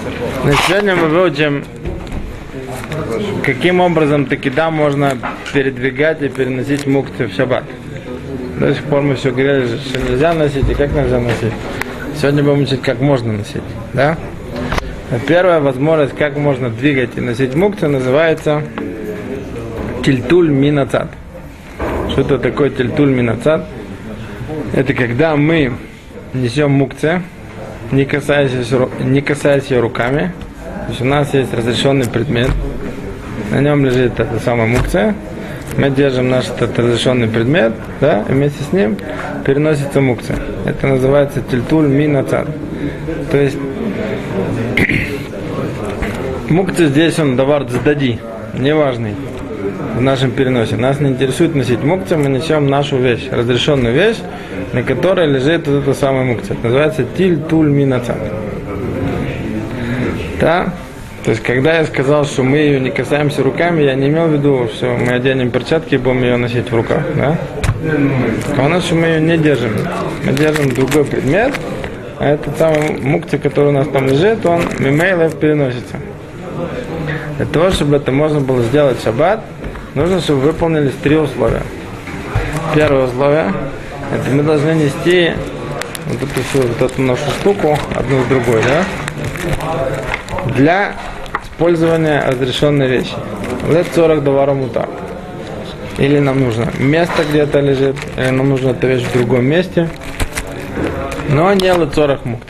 Сегодня мы выучим, каким образом таки можно передвигать и переносить мукцы в шаббат. До сих пор мы все говорили, что нельзя носить и как нельзя носить. Сегодня будем учить, как можно носить. Да? Первая возможность, как можно двигать и носить мукцы, называется тильтуль минацат. Что это такое тильтуль минацат? Это когда мы несем мукцы, не касаясь ее руками. То есть у нас есть разрешенный предмет, на нем лежит эта самая мукция. Мы держим наш этот разрешенный предмет, да, и вместе с ним переносится мукция. Это называется тильтуль минацат. То есть мукция здесь он давар цдади, неважный в нашем переносе. Нас не интересует носить мукцию, мы несем нашу вещь, разрешенную вещь, на которой лежит вот эта самая мукция. Это называется тильтуль минацат. Да? То есть, когда я сказал, что мы ее не касаемся руками, я не имел в виду, что мы оденем перчатки и будем ее носить в руках. Да? Главное, что мы ее не держим. Мы держим другой предмет, а этот самый мукция, который у нас там лежит, он мимейлов переносится. Для того, чтобы это можно было сделать в шаббат, нужно, чтобы выполнились три условия. Первое условие – это мы должны нести вот эту нашу штуку одну с другой, да? Для использования разрешенной вещи. Лет 40 давара мутар. Или нам нужно место где-то лежит, или нам нужно эта вещь в другом месте, но не лет 40 мукт.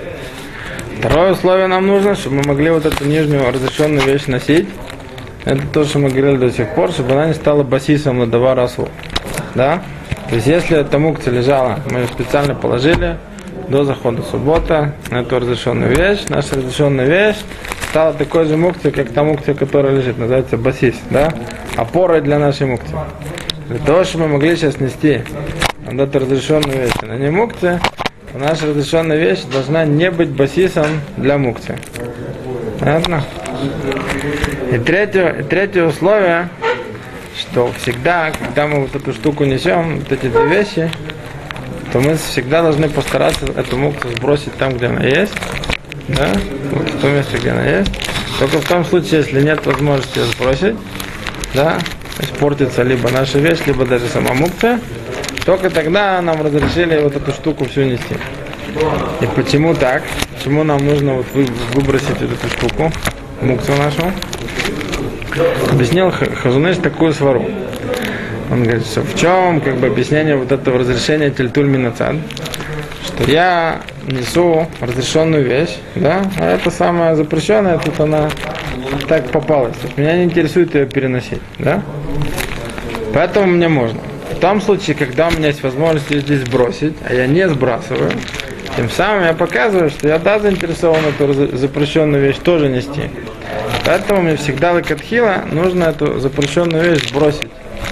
Второе условие нам нужно, чтобы мы могли вот эту нижнюю разрешенную вещь носить. Это то, что мы говорили до сих пор, чтобы она не стала басисом на давар асур. Да? То есть, если эта мукция лежала, мы ее специально положили до захода суббота на эту разрешенную вещь, наша разрешенная вещь стала такой же мукцией, как та мукция, которая лежит, называется басис, да? Опорой для нашей мукции. Для того, чтобы мы могли сейчас нести вот эту разрешенную вещь, на не мукция, наша разрешенная вещь должна не быть басисом для мукции. Понятно? И третье условие, что всегда, когда мы вот эту штуку несем, вот эти две вещи, то мы всегда должны постараться эту мукцию сбросить там, где она есть, да, вот в том месте, где она есть. Только в том случае, если нет возможности ее сбросить, да, испортится либо наша вещь, либо даже сама мукция, только тогда нам разрешили вот эту штуку всю нести. И почему так? Почему нам нужно вот выбросить вот эту штуку, мукцию нашу? Объяснил Хазон Иш такую свару. Он говорит, что в чем объяснение вот этого разрешения тильтуль минацат, что я несу разрешенную вещь, да, а это самая запрещенная, тут она так попалась. То есть меня не интересует ее переносить, да. Поэтому мне можно. В том случае, когда у меня есть возможность ее здесь сбросить, а я не сбрасываю, тем самым я показываю, что я заинтересован эту запрещенную вещь тоже нести. Поэтому мне всегда лекатхила нужно эту запрещенную вещь сбросить.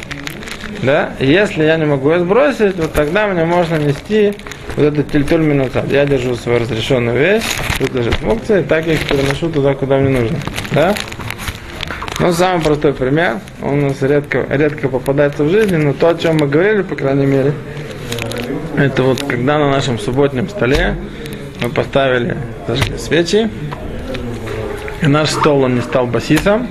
Да? И если я не могу ее сбросить, вот тогда мне можно нести вот этот тильтуль минацат. Я держу свою разрешенную вещь, тут лежит мукция, и так я их переношу туда, куда мне нужно. Да? Ну, самый простой пример, он у нас редко попадается в жизни, но то, о чем мы говорили, по крайней мере, это вот когда на нашем субботнем столе мы поставили зажгли свечи, и наш стол он не стал басисом,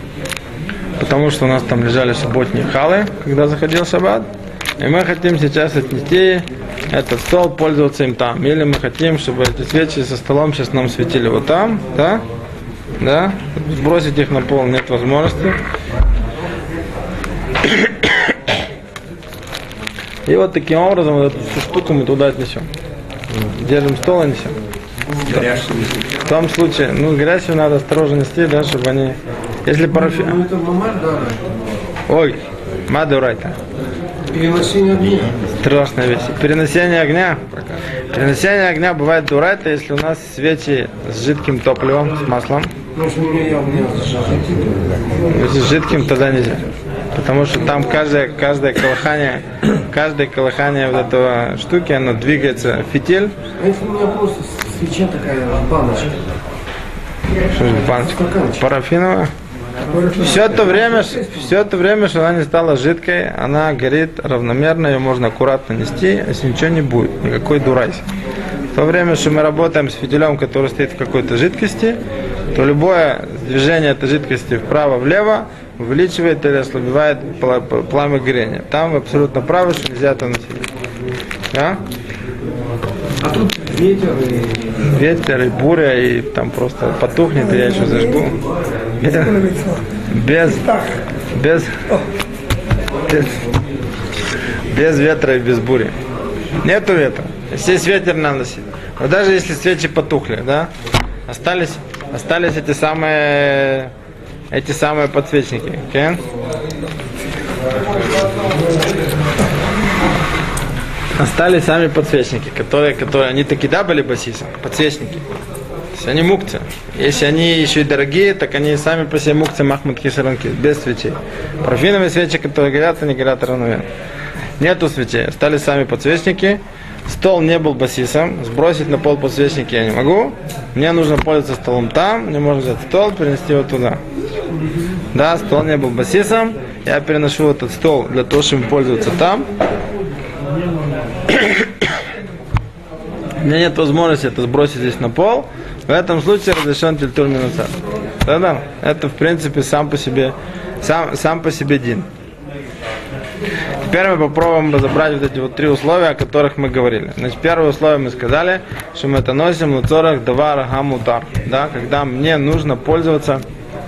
потому что у нас там лежали субботние халы, когда заходил шаббат, и мы хотим сейчас отнести этот стол, пользоваться им там. Или мы хотим, чтобы эти свечи со столом сейчас нам светили вот там, да? Да? Сбросить их на пол нет возможности. И вот таким образом вот эту всю штуку мы туда отнесем. Держим стол и несем. В том случае, горячую надо осторожно нести, да, чтобы они... Если парафин... Ой, мадурайта. Переносение огня. Страшная вещь. Переносение огня. Переносение огня бывает дурайта, если у нас свечи с жидким топливом, с маслом. Если с жидким, тогда нельзя. Потому что там каждое колыхание вот этого штуки, оно двигается, фитиль. А если у меня просто свеча такая, баночка? Что же баночка? Парафиновая? Все это время, что она не стала жидкой, она горит равномерно, ее можно аккуратно нести, если ничего не будет, никакой дурайся. В то время, что мы работаем с фитилем, который стоит в какой-то жидкости, то любое движение этой жидкости вправо-влево увеличивает или ослабевает пламя горения. Там вы абсолютно правы, что нельзя это носить. Да? А тут ветер и... Ветер и буря, и там просто потухнет, и я еще зажгу. Без ветра и без бури. Нету ветра. Здесь ветер надо носить. Но даже если свечи потухли, да, остались эти самые подсвечники. Okay? Остались сами подсвечники, которые они таки да были басисом, подсвечники. То есть они мукцы. Если они еще и дорогие, так они сами по себе мукцы махмуд кисаранки, без свечей. Парафиновые свечи, которые горят, они горят равномерно. Нету свечей, остались сами подсвечники. Стол не был басисом, сбросить на пол подсвечники я не могу. Мне нужно пользоваться столом там, мне можно взять стол, перенести его туда. Да, стол не был басисом, я переношу этот стол для того, чтобы пользоваться там. У меня нет возможности это сбросить здесь на пол. В этом случае разрешен тильтур минуцар. Да-да, это в принципе сам по себе дин. Теперь мы попробуем разобрать вот эти вот три условия, о которых мы говорили. Значит, первое условие мы сказали, что мы это носим луцорах давар гамутар. Да, когда мне нужно пользоваться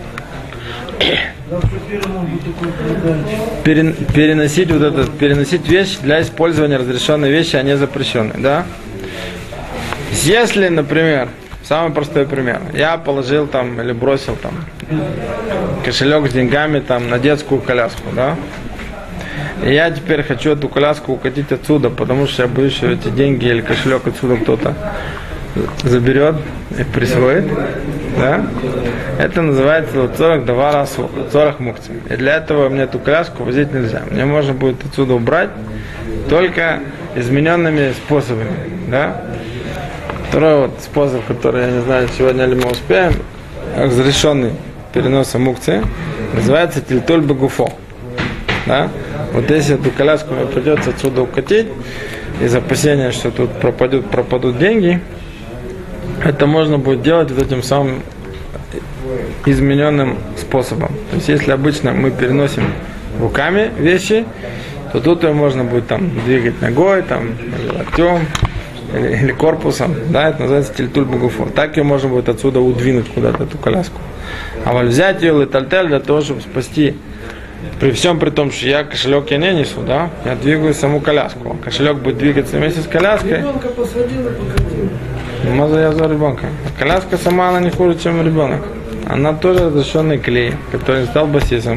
переносить вещь для использования разрешенной вещи, а не запрещенной, да? Если, например, самый простой пример, я положил там или бросил там кошелек с деньгами там на детскую коляску, да? И я теперь хочу эту коляску укатить отсюда, потому что я боюсь, что эти деньги или кошелек отсюда кто-то заберет и присвоит, да? Это называется луцорах давар асур, луцорах мукци. И для этого мне эту коляску возить нельзя. Мне можно будет отсюда убрать только измененными способами, да? Второй вот способ, который, я не знаю, сегодня ли мы успеем, разрешенный переносом мукции, называется тильтуль багуфо, да? Вот если эту коляску мне придется отсюда укатить, из опасения, что тут пропадут деньги, это можно будет делать вот этим самым измененным способом. То есть, если обычно мы переносим руками вещи, то тут ее можно будет там двигать ногой, там, или локтем, или корпусом. Да, это называется тильтуль багуфо. Так ее можно будет отсюда удвинуть куда-то, эту коляску. А вот взять ее летальтель для того, чтобы спасти. При всем при том, что я кошелек я не несу, да, я двигаю саму коляску. Кошелек будет двигаться вместе с коляской. Ребенка посадил и покатил. Маза я за ребенка. А коляска сама, она не хуже, чем ребенок. Она тоже разрешенный клей, который стал басисом.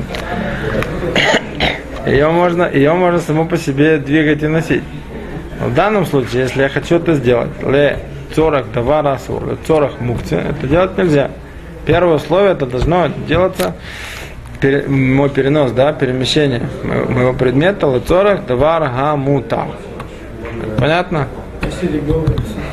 Ее можно само по себе двигать и носить. Но в данном случае, если я хочу это сделать, ле цорах давар асур, ле цорах мукци, это делать нельзя. Первое условие, это должно делаться мой перенос, да, перемещение моего предмета ле цорах давар гамутар. Понятно? Если ребенка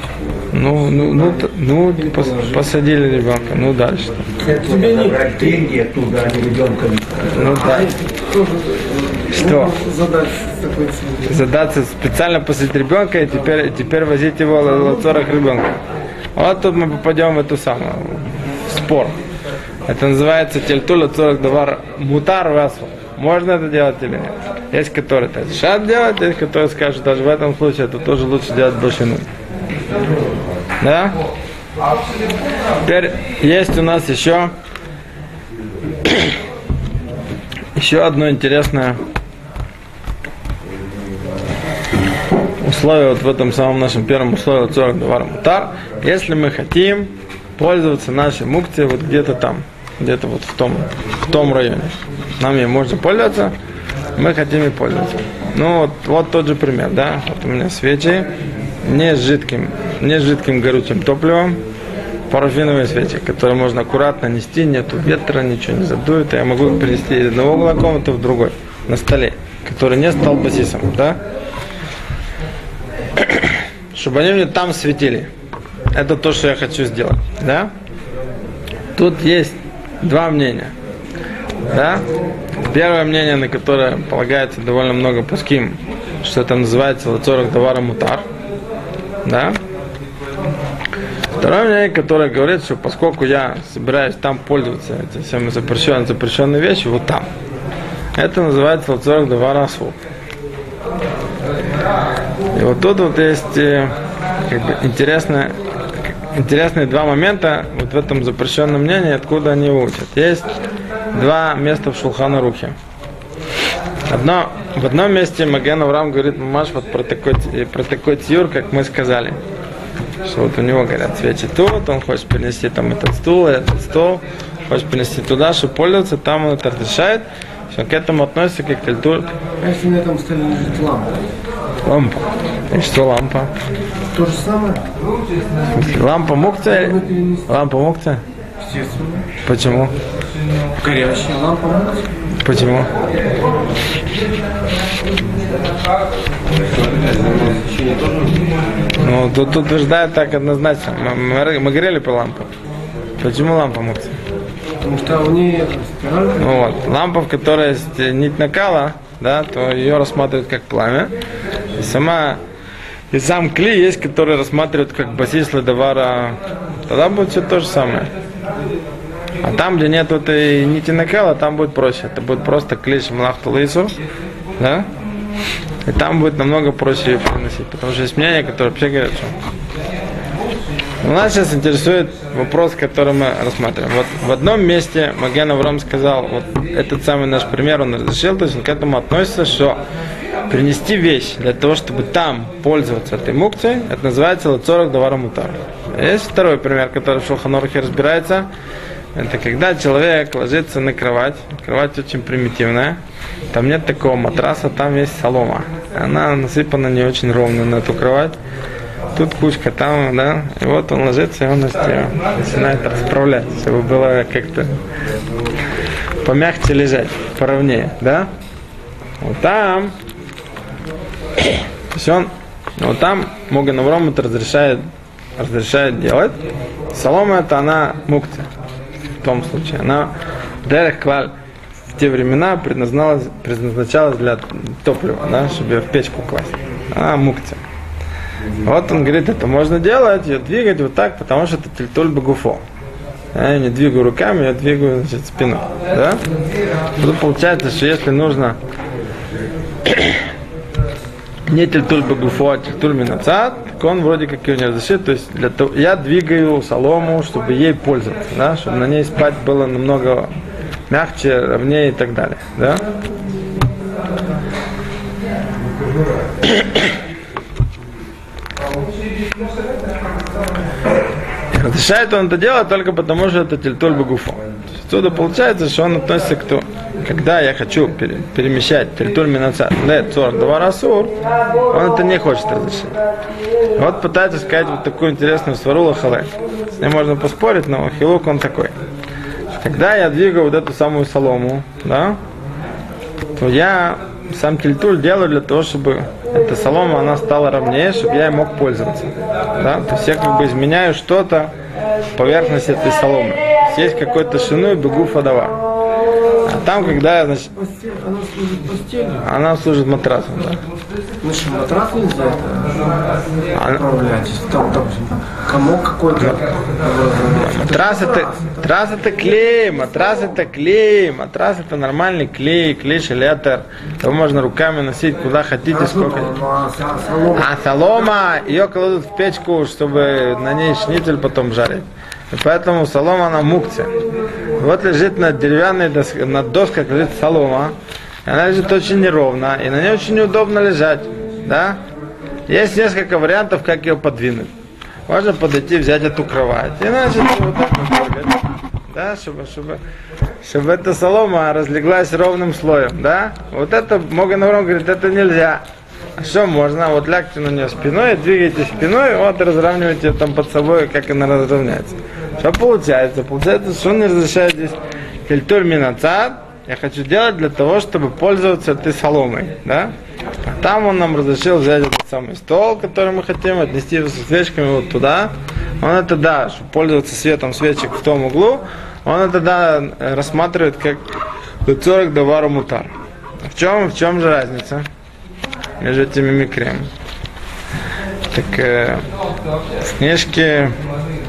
посадили ребенка, ну дальше. Тебе не брать деньги оттуда, а не ребенка. Ну да. Что? Задаться специально посадить ребенка и теперь возить его в лацорах ребенка. Вот тут мы попадем в эту самую спор. Это называется тельту лацорах давар мутар васу. Можно это делать или нет? Есть которые это решат делать, есть которые скажут, что даже в этом случае это тоже лучше делать большину. Да? Теперь есть у нас еще одно интересное условие вот в этом самом нашем первом условии лацорах давар мутар. Если мы хотим пользоваться нашей мукцией вот где-то там, где-то вот в том районе, нам ей можно пользоваться, мы хотим ей пользоваться. Ну вот тот же пример, да, вот у меня свечи не с жидким горючим топливом, парафиновые свечи, которые можно аккуратно нести, нету ветра, ничего не задует, я могу перенести из одного угла комнаты в другой, на столе, который не стал басисом, да, чтобы они мне там светили. Это то, что я хочу сделать, да. Тут есть два мнения, да. Первое мнение, на которое полагается довольно много пуским, что это называется лацорах давара мутар, да. Второе мнение, которое говорит, что поскольку я собираюсь там пользоваться этими всеми запрещенными вещами, вот там. Это называется лацорах давара асур. И вот тут вот есть как бы интересные два момента вот в этом запрещенном мнении, откуда они учат. Есть два места в Шулхан Арухе. В одном месте Маген Авраам говорит Мамаш вот про такой тиюр, как мы сказали. Что вот у него горят свечи тут, он хочет перенести там этот стул, этот стол, хочет перенести туда, чтобы пользоваться, там он это разрешает. Что к этому относится как культура. А если на этом столе лежит лампа? Лампа. И что лампа? То же самое? Лампа мукция? Лампа мукция? Естественно. Почему? Горящая лампа мукция. Почему? Ну, тут утверждают так однозначно. Мы говорили про лампу. Почему лампа мукция? Потому что у нее спираль. Ну вот, лампа, в которой есть нить накала, да, то ее рассматривают как пламя. И сам кли есть, который рассматривают как басис ледовара. Тогда будет все то же самое. А там, где нет этой нити накала, там будет проще. Это будет просто клиш млахту лису, да? И там будет намного проще ее приносить. Потому что есть мнение, которое вообще говорят, что нас сейчас интересует вопрос, который мы рассматриваем. Вот в одном месте Маген Авраам сказал, вот этот самый наш пример он разрешил, то есть он к этому относится, что принести вещь для того, чтобы там пользоваться этой мукцией, это называется лацорах давара мутар. Есть второй пример, который в Шулхан Арухе разбирается. Это когда человек ложится на кровать. Кровать очень примитивная. Там нет такого матраса, там есть солома. Она насыпана не очень ровно на эту кровать. Тут кучка, там, да. И вот он ложится, и он начинает расправлять, чтобы было как-то помягче лежать, поровнее, да. Вот там. То есть вот там Маген Авраам это разрешает делать. Солома это она мукция. В том случае. Она в те времена предназначалась для топлива, да, чтобы ее в печку класть. Она мукция. Вот он говорит, это можно делать, ее двигать вот так, потому что это тильтуль багуфо. Я не двигаю руками, я двигаю, значит, спиной. Да? Тут получается, что если нужно не тильтуль багуфо, а тильтуль минацат, так он вроде как ее не разрешит. То есть я двигаю солому, чтобы ей пользоваться, да? Чтобы на ней спать было намного мягче, ровнее и так далее. Да? Разрешает он это делать только потому, что это тильтуль багуфо. Отсюда получается, что он относится к тому, когда я хочу перемещать тильтуль минацат лед 42 расур, он это не хочет разрешить. Вот пытается сказать вот такую интересную свару лахале. С ней можно поспорить, но хилук он такой. Когда я двигаю вот эту самую солому, да, то я сам тильтуль делаю для того, чтобы эта солома, она стала ровнее, чтобы я ей мог пользоваться. Да? То есть я как бы изменяю что-то в поверхности этой соломы. Есть какой-то шину и бегу фадава. А там, когда я, значит, Она служит постелью. она служит матрасом, да. Ну что, матрас нельзя это управлять. Там, допустим, комок какой-то. Матрас это клей, матрас это нормальный клей шелетер. Его можно руками носить куда хотите, сколько. А солома, ее кладут в печку, чтобы на ней шницель потом жарить. И поэтому солома она мукция. Вот лежит на деревянной доске, на досках лежит солома. И она лежит очень неровно, и на ней очень неудобно лежать. Да? Есть несколько вариантов, как ее подвинуть. Можно подойти, взять эту кровать. И значит вот так вот дергать. Да, чтобы эта солома разлеглась ровным слоем. Да? Вот это Маген Авраам говорит, это нельзя. А что можно? Вот лягте на нее спиной, двигайте спиной, вот разравнивайте там под собой, как она разровняется. Что получается? Получается, что он не разрешает здесь тильтуль минацат. Я хочу делать для того, чтобы пользоваться этой соломой. Да? А там он нам разрешил взять этот самый стол, который мы хотим, отнести его со свечками вот туда. Он это, да, чтобы пользоваться светом свечек в том углу, он это, да, рассматривает как лацорах давара мутар. В чем же разница между этими микрами? Так в книжке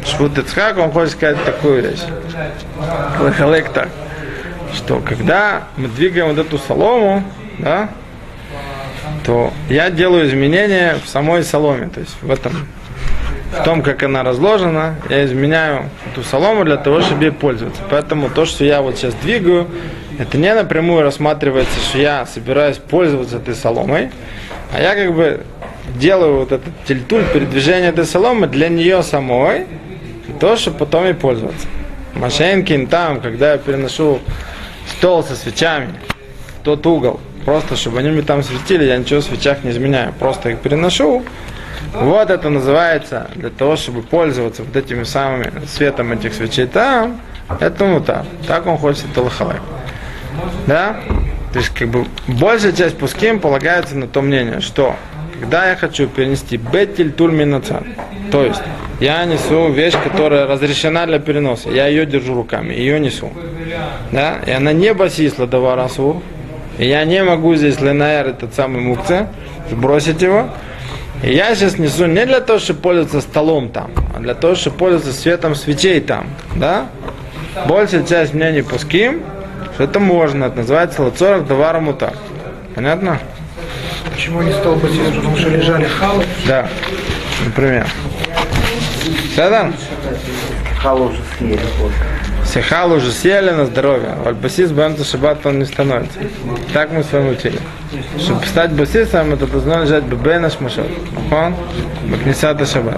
Швуд Ицхак, он хочет сказать такую вещь. Лехалек так, что когда мы двигаем вот эту солому, да, то я делаю изменения в самой соломе, то есть в том, как она разложена, я изменяю эту солому для того, чтобы ей пользоваться. Поэтому то, что я вот сейчас двигаю, это не напрямую рассматривается, что я собираюсь пользоваться этой соломой, а я как бы делаю вот этот тильтуль, передвижение этой соломы для нее самой, для того, чтобы потом ей пользоваться. Машенкин там, когда я переношу стол со свечами в тот угол, просто чтобы они мне там светили, я ничего в свечах не изменяю, просто их переношу. Вот это называется, для того, чтобы пользоваться вот этими самыми светом этих свечей там, это мутар. Так он хочет это лахалек. Да? То есть, как бы, большая часть пуским полагается на то мнение, что когда я хочу перенести бетиль тульминацан, то есть я несу вещь, которая разрешена для переноса, я ее держу руками, ее несу. Да? И она не басисла даварасу, и я не могу здесь ленаэр, этот самый мукце, сбросить его. И я сейчас несу не для того, чтобы пользоваться столом там, а для того, чтобы пользоваться светом свечей там. Да? Большая часть мнений пуским, что это можно, это называется лацорах давара мутар. Понятно? Почему они стол басист? Потому что лежали халы. Да, например. Да-да. Халу уже съели. Все халы уже съели на здоровье. Аль-басис бэмца шаббат он не становится. Так мы с вами учили. Чтобы стать басистом, это должно лежать бэбэ шмашот. Махон? Бакнисата шаббат.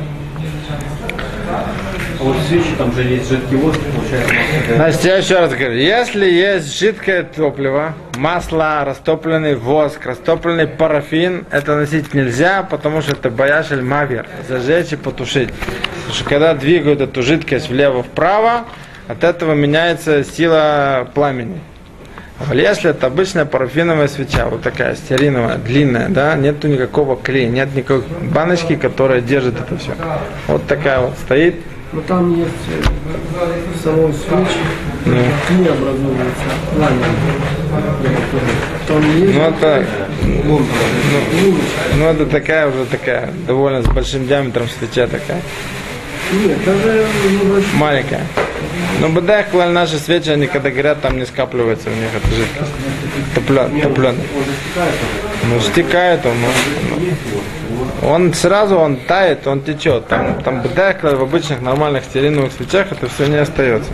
А вот свечи, там же есть жидкий воздух, получается. Значит, я еще раз говорю, если есть жидкое топливо, масло, растопленный воск, растопленный парафин, это носить нельзя, потому что это баяшель мавер, зажечь и потушить. Потому что когда двигают эту жидкость влево-вправо, от этого меняется сила пламени. А если это обычная парафиновая свеча, вот такая стериновая, длинная, да, нету никакого клея, нет никакой баночки, которая держит это все. Вот такая вот стоит. Но там есть в самой свече, клей образуется, пламя. Там есть. Ну это такая уже такая, довольно с большим диаметром свеча такая. Нет, даже небольшой. Маленькая. Но бедах, наши свечи, они когда горят, там не скапливается у них эта жидкость. Топленый. Ну, стекает он. Он сразу, он тает, он течет. Там бедах, в обычных нормальных стериновых свечах это все не остается.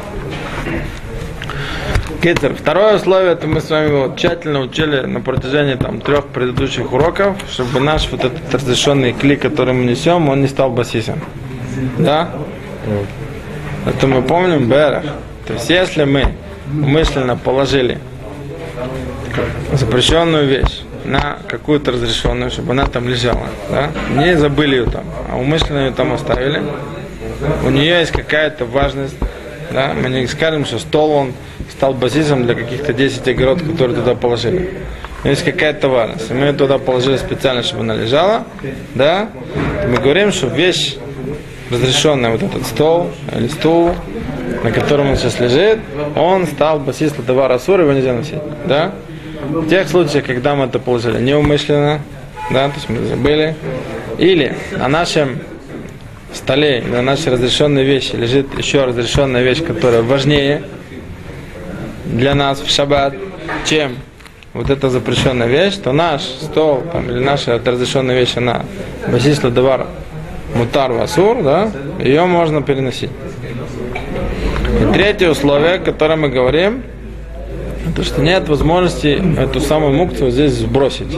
Кетер. Второе условие, это мы с вами вот тщательно учили на протяжении 3 предыдущих уроков, чтобы наш вот этот разрешенный клей, который мы несем, он не стал басисом. Да? Это мы помним Берах. То есть если мы умышленно положили запрещенную вещь на какую-то разрешенную, чтобы она там лежала, да? Не забыли ее там, а умышленно ее там оставили, у нее есть какая-то важность, да? Мы не скажем, что стол он стал базисом для каких-то 10 огород, которые туда положили. Но есть какая-то важность. Мы ее туда положили специально, чтобы она лежала, да? Мы говорим, что вещь разрешенный вот этот стол или стул, на котором он сейчас лежит, он стал басис ладавар асур, его нельзя носить. Да? В тех случаях, когда мы это положили неумышленно, да, то есть мы забыли, или на нашем столе, на нашей разрешенной вещи лежит еще разрешенная вещь, которая важнее для нас в шаббат, чем вот эта запрещенная вещь, то наш стол там, или наша разрешенная вещь, она басис ладавар мутар васур, да, ее можно переносить. И третье условие, о котором мы говорим, это что нет возможности эту самую мукцию здесь сбросить.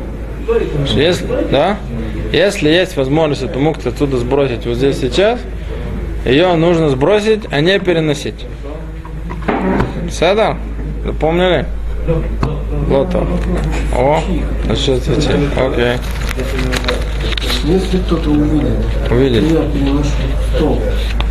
Если есть возможность эту мукцию отсюда сбросить вот здесь сейчас, ее нужно сбросить, а не переносить. Седа? Запомнили? Лото. О, насчет свечей. Окей. Если кто-то увидит, я переношу стол,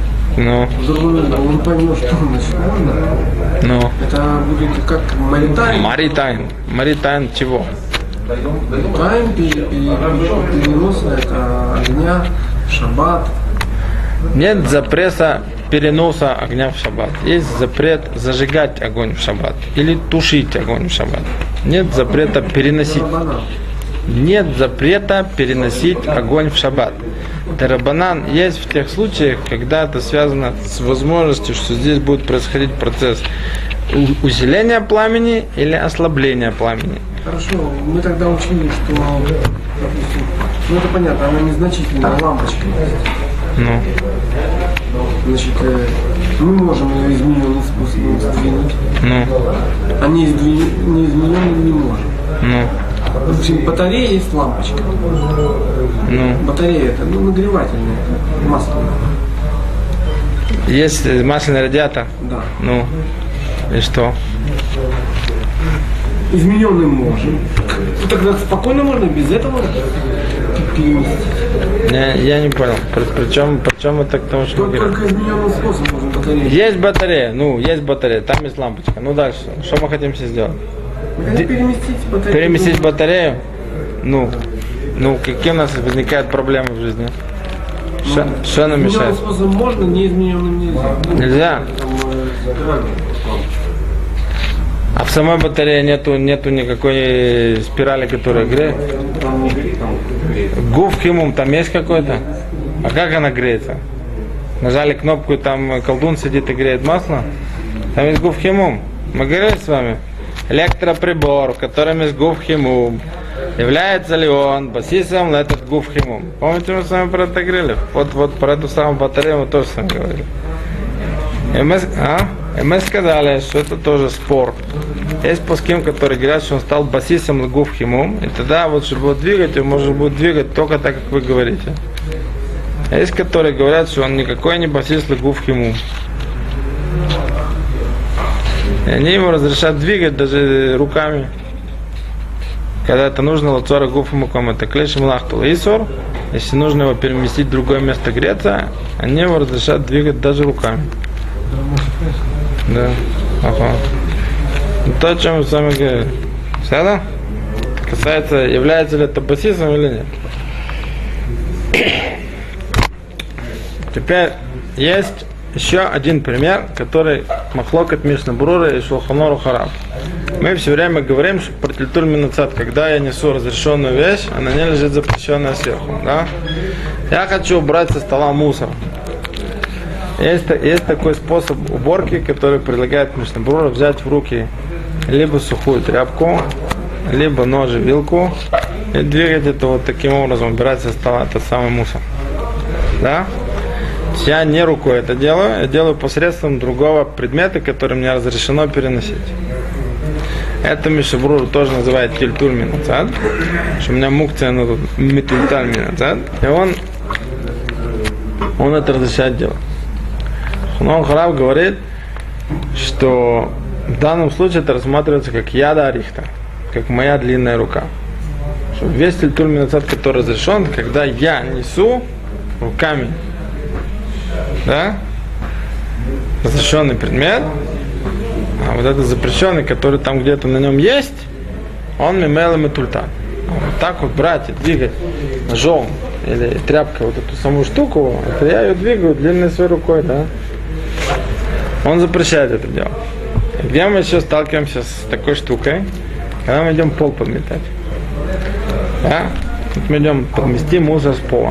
он поймет, что он начинает. Это будет как маритайн. Маритайн чего? Маритайн перенос это огня в шаббат. Нет запрета переноса огня в шаббат. Есть запрет зажигать огонь в шаббат или тушить огонь в шаббат. Нет запрета переносить. Нет запрета переносить огонь в шаббат. Дарабанан есть в тех случаях, когда это связано с возможностью, что здесь будет происходить процесс усиления пламени или ослабления пламени. Хорошо, мы тогда учили, что, допустим, ну это понятно, она незначительная лампочка. Ну, Значит, мы можем ее измененным способом сдвинуть, ну, а неизмененным не можем. ну, Допустим, батарея есть лампочка. ну. Батарея это нагревательная, это масло. Есть масляный радиатор. Да. Ну, и что? Измененным можем. Ну, тогда спокойно можно без этого переместить. Я не понял. Причем мы так тому, что мы говорим. Только измененным способом можно батарею. Есть батарея, там есть лампочка. Ну дальше, что мы хотим сейчас сделать? Переместить батарею. Переместить батарею? Ну, какие у нас возникают проблемы в жизни? Что нам мешает? Измененным способом можно, неизмененным нельзя. Нельзя? А в самой батарее нету никакой спирали, которая греет? Гуф химум там есть какой-то? А как она греется? Нажали кнопку, там колдун сидит и греет масло? Там есть гуф химум. Мы говорили с вами. Электроприбор, в котором есть гуф химум. Является ли он басисом на этот гуф химум? Помните, мы с вами про это говорили? Вот про эту самую батарею мы тоже с вами говорили. И мы сказали, что это тоже спор. Есть паским, которые говорят, что он стал басисом лгуф химум, и тогда вот, чтобы его двигать, он может будет двигать только так, как вы говорите. А есть, которые говорят, что он никакой не басис лгуф химум. И они ему разрешат двигать даже руками. Когда это нужно, лацора гуф муком, это клешем лахтул исор. Если нужно его переместить в другое место греться, они его разрешат двигать даже руками. Да. Ага. То, о чем мы с вами говорили. Все, да? Касается, является ли это басисом или нет. Теперь есть еще один пример, который махлокат Мишна Брура и Шулхан Арух Харав. Мы все время говорим что про тильтуль минацат, когда я несу разрешенную вещь, а на ней лежит запрещенная сверху. Да? Я хочу убрать со стола мусор. Есть такой способ уборки, который предлагает Мишна Брура взять в руки либо сухую тряпку, либо нож и вилку и двигать это вот таким образом, убирать со стола этот самый мусор. Да? Я не рукой это делаю, я делаю посредством другого предмета, который мне разрешено переносить. Это Мишна Брура тоже называет тильтуль минацат, что у меня мукция на митульталь минацат, и он это разрешает делать. Но Харав говорит, что в данном случае это рассматривается как яда арихта, как моя длинная рука. Что весь тильтуль минацат, который разрешен, когда я несу руками, да, разрешенный предмет, а вот этот запрещенный, который там где-то на нем есть, он мимел и метульта. Вот так вот брать и двигать ножом или тряпкой вот эту саму штуку, это я ее двигаю длинной своей рукой, да. Он запрещает это делать. Где мы еще сталкиваемся с такой штукой, когда мы идем пол подметать. Да? Вот мы идем подмести мусор с пола.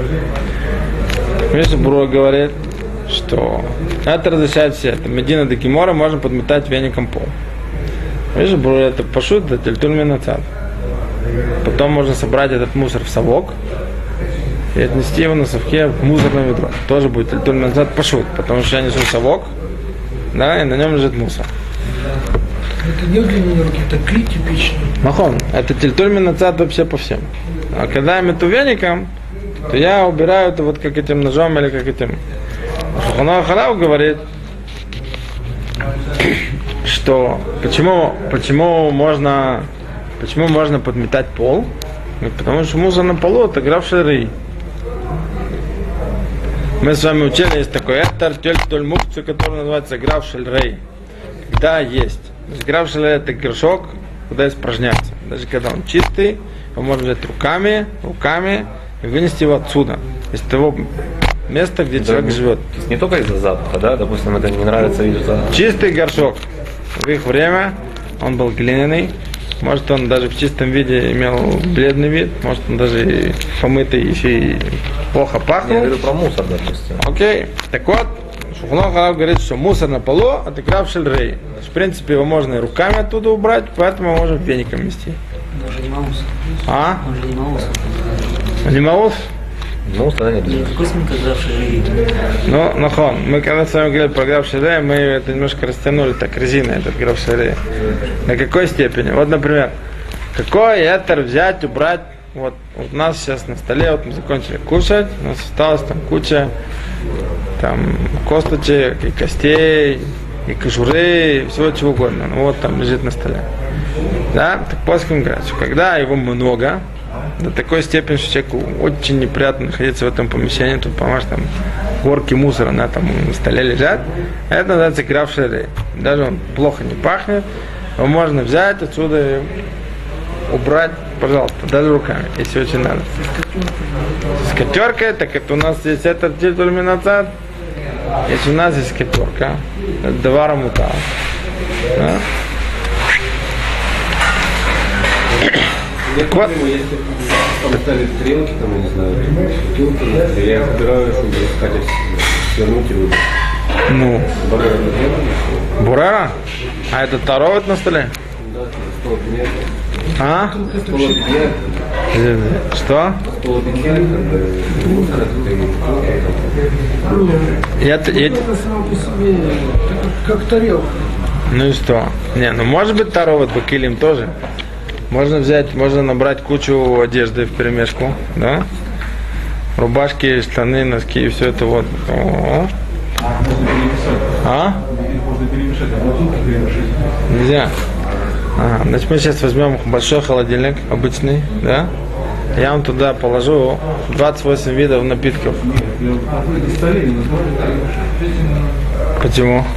Мишна Брура говорит, что это разрешает все. Это Медина де Гемора можно подметать веником пол. Мишна Брура это пашут, это тильтуль минацат. Потом можно собрать этот мусор в совок и отнести его на совке в мусорное ведро. Тоже будет тильтуль минацат пашут, потому что я несу совок, да, и на нем лежит мусор. Это не длинные руки, это кли типичный. Махон, это тильтуль минацат вообще по всем. А когда я мету веником, то я убираю это вот как этим ножом или как этим. Шулхан Арух Харав говорит, что почему можно подметать пол? Потому что мусор на полу это граф шерей. Мы с вами учили, есть такой этер, тельтуль мукцию, который называется граф шельрей. Когда есть. Граф шельрей это горшок, куда испражняется. Даже когда он чистый, его можно взять руками и вынести его отсюда, из того места, где человек живет. То есть не только из-за запаха, да? Допустим, это не нравится виду запаха. Чистый горшок. В их время он был глиняный. Может, он даже в чистом виде имел бледный вид. Может, он даже и помытый, еще и плохо Я пахнут. говорю про мусор, допустим. Окей. Так вот, Шулхан Арух говорит, что мусор на полу отыграв шельрей. В принципе, его можно и руками оттуда убрать, поэтому можем веником мести. Даже не маус. А? Даже не маус. Не маус? Ну, тогда нет. Какой смысл, когда в шире? Ну, нахон, мы когда с вами говорили про граф шельрей, мы это немножко растянули, так, резина этот граф шельрей. На какой степени? Вот, например, какой этер взять, убрать. Вот у нас сейчас на столе, вот мы закончили кушать, у нас осталась там куча там косточек, и костей, и кожуры, и всего чего угодно. Ну вот там лежит на столе. Да, так плоским говорят, что когда его много, до такой степени, что человеку очень неприятно находиться в этом помещении, тут, понимаешь, там горки мусора там на столе лежат, это называется граф шельрей. Даже он плохо не пахнет, его можно взять отсюда и убрать, пожалуйста, даже руками, если очень надо. С скатеркой, так это у нас есть этот титуль минацад. Если у нас есть скатерка, это давара мутар. Да? Нет проблемы, если там ставят стрелки, там, я не знаю, бутылку, я их собираю, чтобы скатерть свернуть и выбрать. Ну, Барера не делали? бурера? А это тароват на столе? Да, стол пенек. А? Стол пенек. Что? Стол пенек, мусор, Это само по себе, как тарелка. Ну и что? Не, ну может быть тароват бакилим тоже. Можно взять, можно набрать кучу одежды в перемешку, да? Рубашки, штаны, носки и все это вот. О. А? Нельзя. Ага. Значит, мы сейчас возьмем большой холодильник, обычный, да? Я вам туда положу 28 видов напитков. Почему?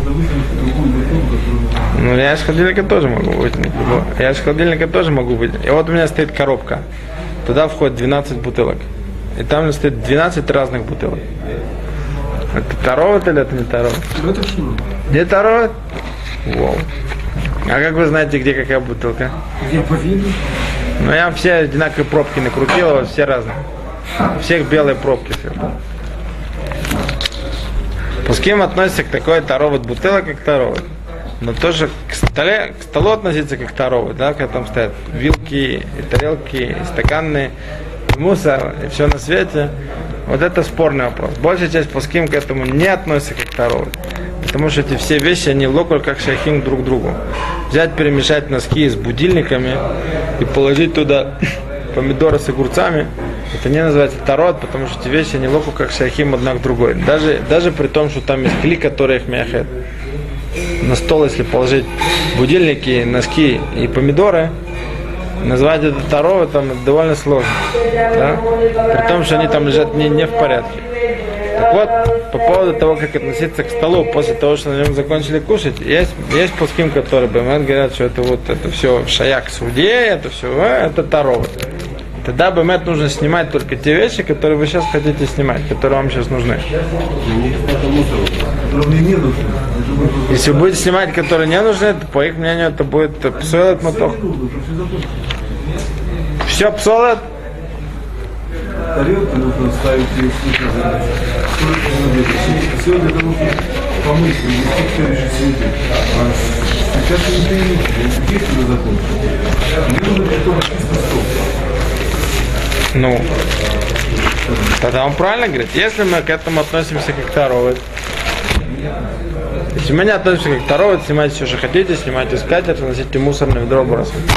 Ну, я из холодильника тоже могу вытянуть. Я из холодильника тоже могу вытянуть. И вот у меня стоит коробка. Туда входит 12 бутылок. И там стоит 12 разных бутылок. Это тароват или это не тароват? Это химия. Не тароват? Вау. А как вы знаете, где какая бутылка? Я по виду. Ну, я все одинаковые пробки накрутил, вот все разные. У всех белые пробки сверху. Пуским относится к такой тароват бутылок, как тароват. Но тоже к столу относится как тароват, да, когда там стоят вилки, и тарелки, и стаканы, и мусор, и все на свете. Вот это спорный вопрос. Большая часть пуским к этому не относится как тароват. Потому что эти все вещи, они локаль как шахим друг к другу. Взять, перемешать носки с будильниками и положить туда помидоры с огурцами, это не называется тарот, потому что эти вещи, они локаль как шахим одна к другой. Даже при том, что там есть кли, который их мяхет. На стол, если положить будильники, носки и помидоры, назвать это тарот, там это довольно сложно. Да? При том, что они там лежат не в порядке. Так вот, по поводу того, как относиться к столу после того, что на нем закончили кушать, есть пуским, которые говорят, что это все шаяк судей, это все, это тарот. Тогда бэмет нужно снимать только те вещи, которые вы сейчас хотите снимать, которые вам сейчас нужны. Если вы будете снимать, которые не нужны, то по их мнению это будет псолет мотох. Все псолет? Тарелку нужно ставить и все для того, чтобы помыть, привести к следующей свете. А сейчас не приедете, есть уже закон. Мне нужно приготовить чисто стол. Ну, тогда он правильно говорит. Если мы к этому относимся как тароват, если мы не относимся как тароват, снимайте все, что хотите, снимайте скатерть, носите мусорное ведро, бросайте.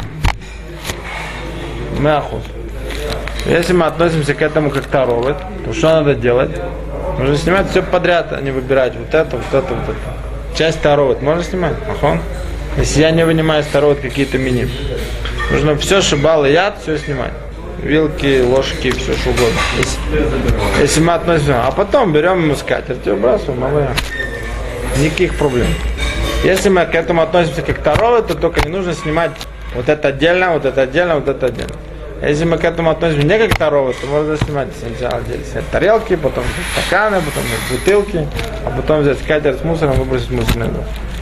Мы охот. Если мы относимся к этому как тароват, то что надо делать? Нужно снимать все подряд, а не выбирать вот это, вот это, вот это. Часть тароват можно снимать? Ахон. Если я не вынимаю из тароват какие-то мини. Нужно все, шибал и яд, все снимать. Вилки, ложки, все что угодно. Если мы относимся, а потом берем скатерть и выбрасываем, никаких проблем. Если мы к этому относимся как к тароват, то только не нужно снимать вот это отдельно, вот это отдельно, вот это отдельно. Если мы к этому относимся не как к тароват, то можно снимать сначала взять тарелки, потом стаканы, потом бутылки, а потом взять скатерть с мусором, выбросить в мусорное ведро.